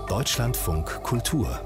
Deutschlandfunk Kultur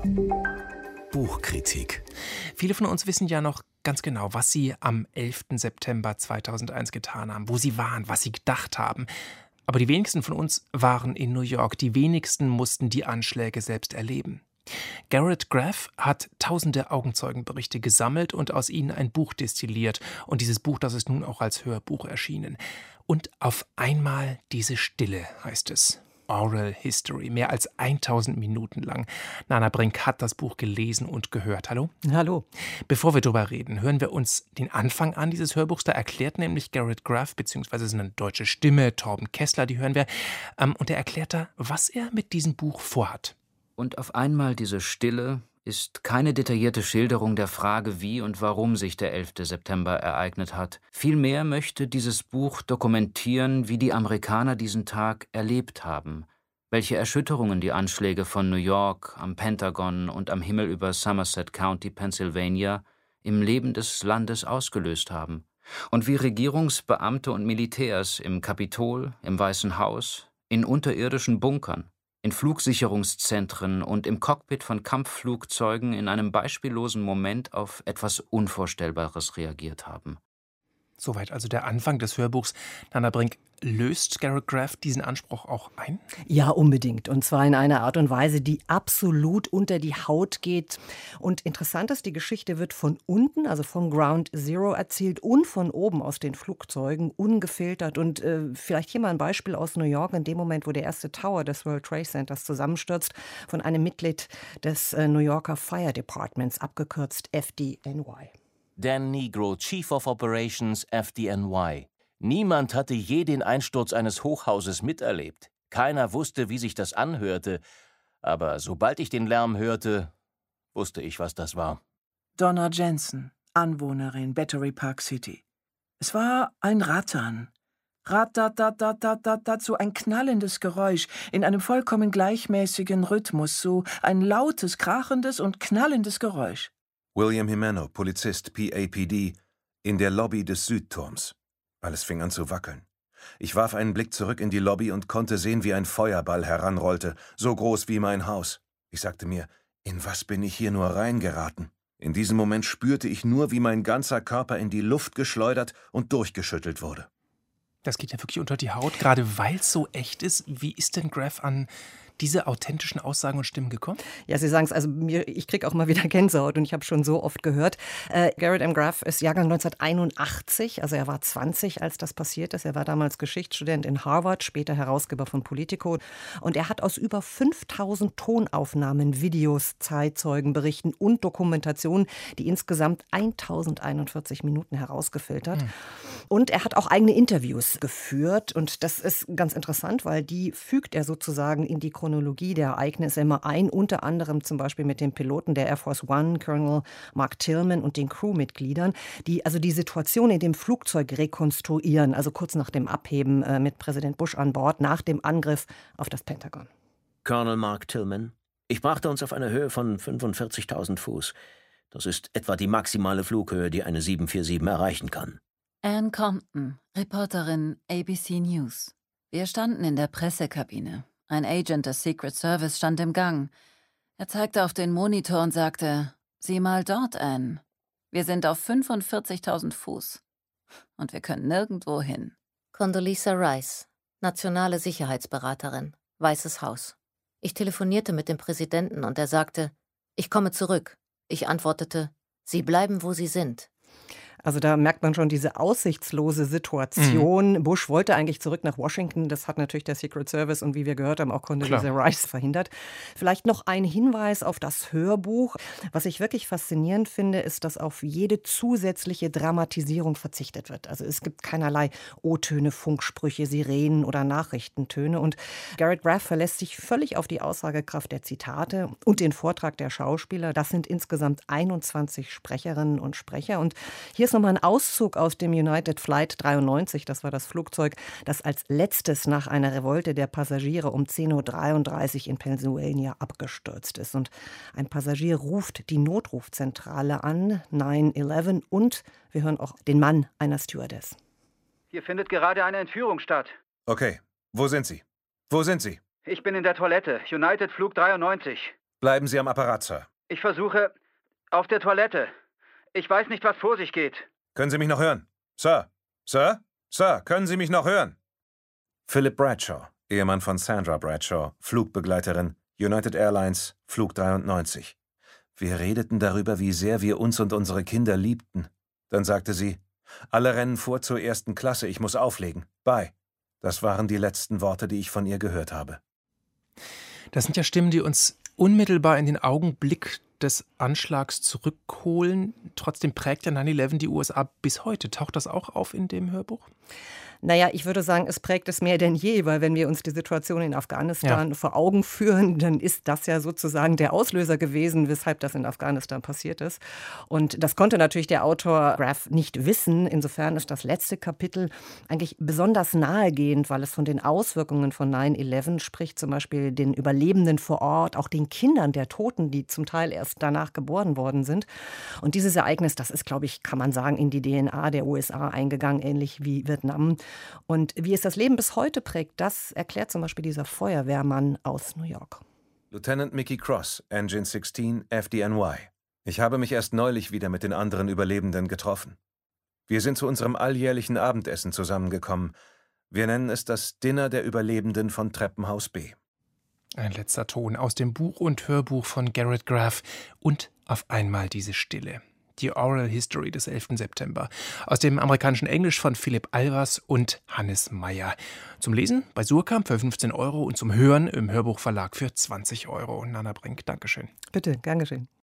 Buchkritik. Viele von uns wissen ja noch ganz genau, was sie am 11. September 2001 getan haben, wo sie waren, was sie gedacht haben. Aber die wenigsten von uns waren in New York. Die wenigsten mussten die Anschläge selbst erleben. Garrett Graff hat tausende Augenzeugenberichte gesammelt und aus ihnen ein Buch destilliert. Und dieses Buch, das ist nun auch als Hörbuch erschienen. Und auf einmal diese Stille, heißt es. Oral History, mehr als 1000 Minuten lang. Nana Brink hat das Buch gelesen und gehört. Hallo? Hallo. Bevor wir darüber reden, hören wir uns den Anfang an dieses Hörbuchs. Da erklärt nämlich Garrett Graff, beziehungsweise es ist eine deutsche Stimme, Torben Kessler, die hören wir. Und er erklärt da, was er mit diesem Buch vorhat. Und auf einmal diese Stille ist keine detaillierte Schilderung der Frage, wie und warum sich der 11. September ereignet hat. Vielmehr möchte dieses Buch dokumentieren, wie die Amerikaner diesen Tag erlebt haben, welche Erschütterungen die Anschläge von New York, am Pentagon und am Himmel über Somerset County, Pennsylvania, im Leben des Landes ausgelöst haben und wie Regierungsbeamte und Militärs im Kapitol, im Weißen Haus, in unterirdischen Bunkern, in Flugsicherungszentren und im Cockpit von Kampfflugzeugen in einem beispiellosen Moment auf etwas Unvorstellbares reagiert haben. Soweit also der Anfang des Hörbuchs. Nana Brink, löst Garrett Graff diesen Anspruch auch ein? Ja, unbedingt. Und zwar in einer Art und Weise, die absolut unter die Haut geht. Und interessant ist, die Geschichte wird von unten, also vom Ground Zero erzählt und von oben aus den Flugzeugen, ungefiltert. Und vielleicht hier mal ein Beispiel aus New York. In dem Moment, wo der erste Tower des World Trade Centers zusammenstürzt, von einem Mitglied des New Yorker Fire Departments, abgekürzt FDNY. Dan Negro, Chief of Operations, FDNY. Niemand hatte je den Einsturz eines Hochhauses miterlebt. Keiner wusste, wie sich das anhörte. Aber sobald ich den Lärm hörte, wusste ich, was das war. Donna Jensen, Anwohnerin Battery Park City. Es war ein Rattern. Rat-dat-dat-dat-dat-dat, so ein knallendes Geräusch in einem vollkommen gleichmäßigen Rhythmus, so ein lautes, krachendes und knallendes Geräusch. William Jimeno, Polizist, PAPD, in der Lobby des Südturms. Alles fing an zu wackeln. Ich warf einen Blick zurück in die Lobby und konnte sehen, wie ein Feuerball heranrollte, so groß wie mein Haus. Ich sagte mir, in was bin ich hier nur reingeraten? In diesem Moment spürte ich nur, wie mein ganzer Körper in die Luft geschleudert und durchgeschüttelt wurde. Das geht ja wirklich unter die Haut, gerade weil es so echt ist. Wie ist denn Graff an diese authentischen Aussagen und Stimmen gekommen? Ja, Sie sagen es, also ich kriege auch mal wieder Gänsehaut und ich habe schon so oft gehört. Garrett M. Graff ist Jahrgang 1981, also er war 20, als das passiert ist. Er war damals Geschichtsstudent in Harvard, später Herausgeber von Politico. Und er hat aus über 5000 Tonaufnahmen, Videos, Zeitzeugenberichten und Dokumentationen die insgesamt 1041 Minuten herausgefiltert. Und er hat auch eigene Interviews geführt. Und das ist ganz interessant, weil die fügt er sozusagen in die Chronologie der Ereignisse immer ein, unter anderem zum Beispiel mit dem Piloten der Air Force One, Colonel Mark Tillman, und den Crewmitgliedern, die also die Situation in dem Flugzeug rekonstruieren, also kurz nach dem Abheben mit Präsident Bush an Bord, nach dem Angriff auf das Pentagon. Colonel Mark Tillman, ich brachte uns auf eine Höhe von 45.000 Fuß. Das ist etwa die maximale Flughöhe, die eine 747 erreichen kann. Ann Compton, Reporterin ABC News. Wir standen in der Pressekabine. Ein Agent des Secret Service stand im Gang. Er zeigte auf den Monitor und sagte, »Sieh mal dort, Ann. Wir sind auf 45.000 Fuß. Und wir können nirgendwo hin.« Condoleezza Rice, nationale Sicherheitsberaterin, Weißes Haus. Ich telefonierte mit dem Präsidenten und er sagte, »Ich komme zurück.« Ich antwortete, »Sie bleiben, wo Sie sind.« Also da merkt man schon diese aussichtslose Situation. Bush wollte eigentlich zurück nach Washington. Das hat natürlich der Secret Service und wie wir gehört haben, auch Condoleezza Rice verhindert. Vielleicht noch ein Hinweis auf das Hörbuch. Was ich wirklich faszinierend finde, ist, dass auf jede zusätzliche Dramatisierung verzichtet wird. Also es gibt keinerlei O-Töne, Funksprüche, Sirenen oder Nachrichtentöne. Und Garrett Graff verlässt sich völlig auf die Aussagekraft der Zitate und den Vortrag der Schauspieler. Das sind insgesamt 21 Sprecherinnen und Sprecher. Und hier ist nochmal ein Auszug aus dem United Flight 93. Das war das Flugzeug, das als letztes nach einer Revolte der Passagiere um 10.33 Uhr in Pennsylvania abgestürzt ist. Und ein Passagier ruft die Notrufzentrale an, 911, und wir hören auch den Mann einer Stewardess. Hier findet gerade eine Entführung statt. Okay, wo sind Sie? Wo sind Sie? Ich bin in der Toilette. United Flug 93. Bleiben Sie am Apparat, Sir. Ich versuche... auf der Toilette. Ich weiß nicht, was vor sich geht. Können Sie mich noch hören? Sir? Sir? Sir, können Sie mich noch hören? Philip Bradshaw, Ehemann von Sandra Bradshaw, Flugbegleiterin, United Airlines, Flug 93. Wir redeten darüber, wie sehr wir uns und unsere Kinder liebten. Dann sagte sie, alle rennen vor zur 1. Klasse, ich muss auflegen. Bye. Das waren die letzten Worte, die ich von ihr gehört habe. Das sind ja Stimmen, die uns unmittelbar in den Augenblick des Anschlags zurückholen. Trotzdem prägt ja 9/11 die USA bis heute. Taucht das auch auf in dem Hörbuch? Naja, ich würde sagen, es prägt es mehr denn je, weil wenn wir uns die Situation in Afghanistan vor Augen führen, dann ist das ja sozusagen der Auslöser gewesen, weshalb das in Afghanistan passiert ist. Und das konnte natürlich der Autor Graff nicht wissen. Insofern ist das letzte Kapitel eigentlich besonders nahegehend, weil es von den Auswirkungen von 9/11 spricht, zum Beispiel den Überlebenden vor Ort, auch den Kindern der Toten, die zum Teil erst danach geboren worden sind. Und dieses Ereignis, das ist, glaube ich, kann man sagen, in die DNA der USA eingegangen, ähnlich wie Vietnam. Und wie es das Leben bis heute prägt, das erklärt zum Beispiel dieser Feuerwehrmann aus New York. Lieutenant Mickey Cross, Engine 16, FDNY. Ich habe mich erst neulich wieder mit den anderen Überlebenden getroffen. Wir sind zu unserem alljährlichen Abendessen zusammengekommen. Wir nennen es das Dinner der Überlebenden von Treppenhaus B. Ein letzter Ton aus dem Buch und Hörbuch von Garrett Graff und auf einmal diese Stille. Die Oral History des 11. September. Aus dem amerikanischen Englisch von Philipp Albers und Hannes Meyer. Zum Lesen bei Suhrkamp für 15 € und zum Hören im Hörbuchverlag für 20 €. Nana Brink, Dankeschön. Bitte, gern geschehen.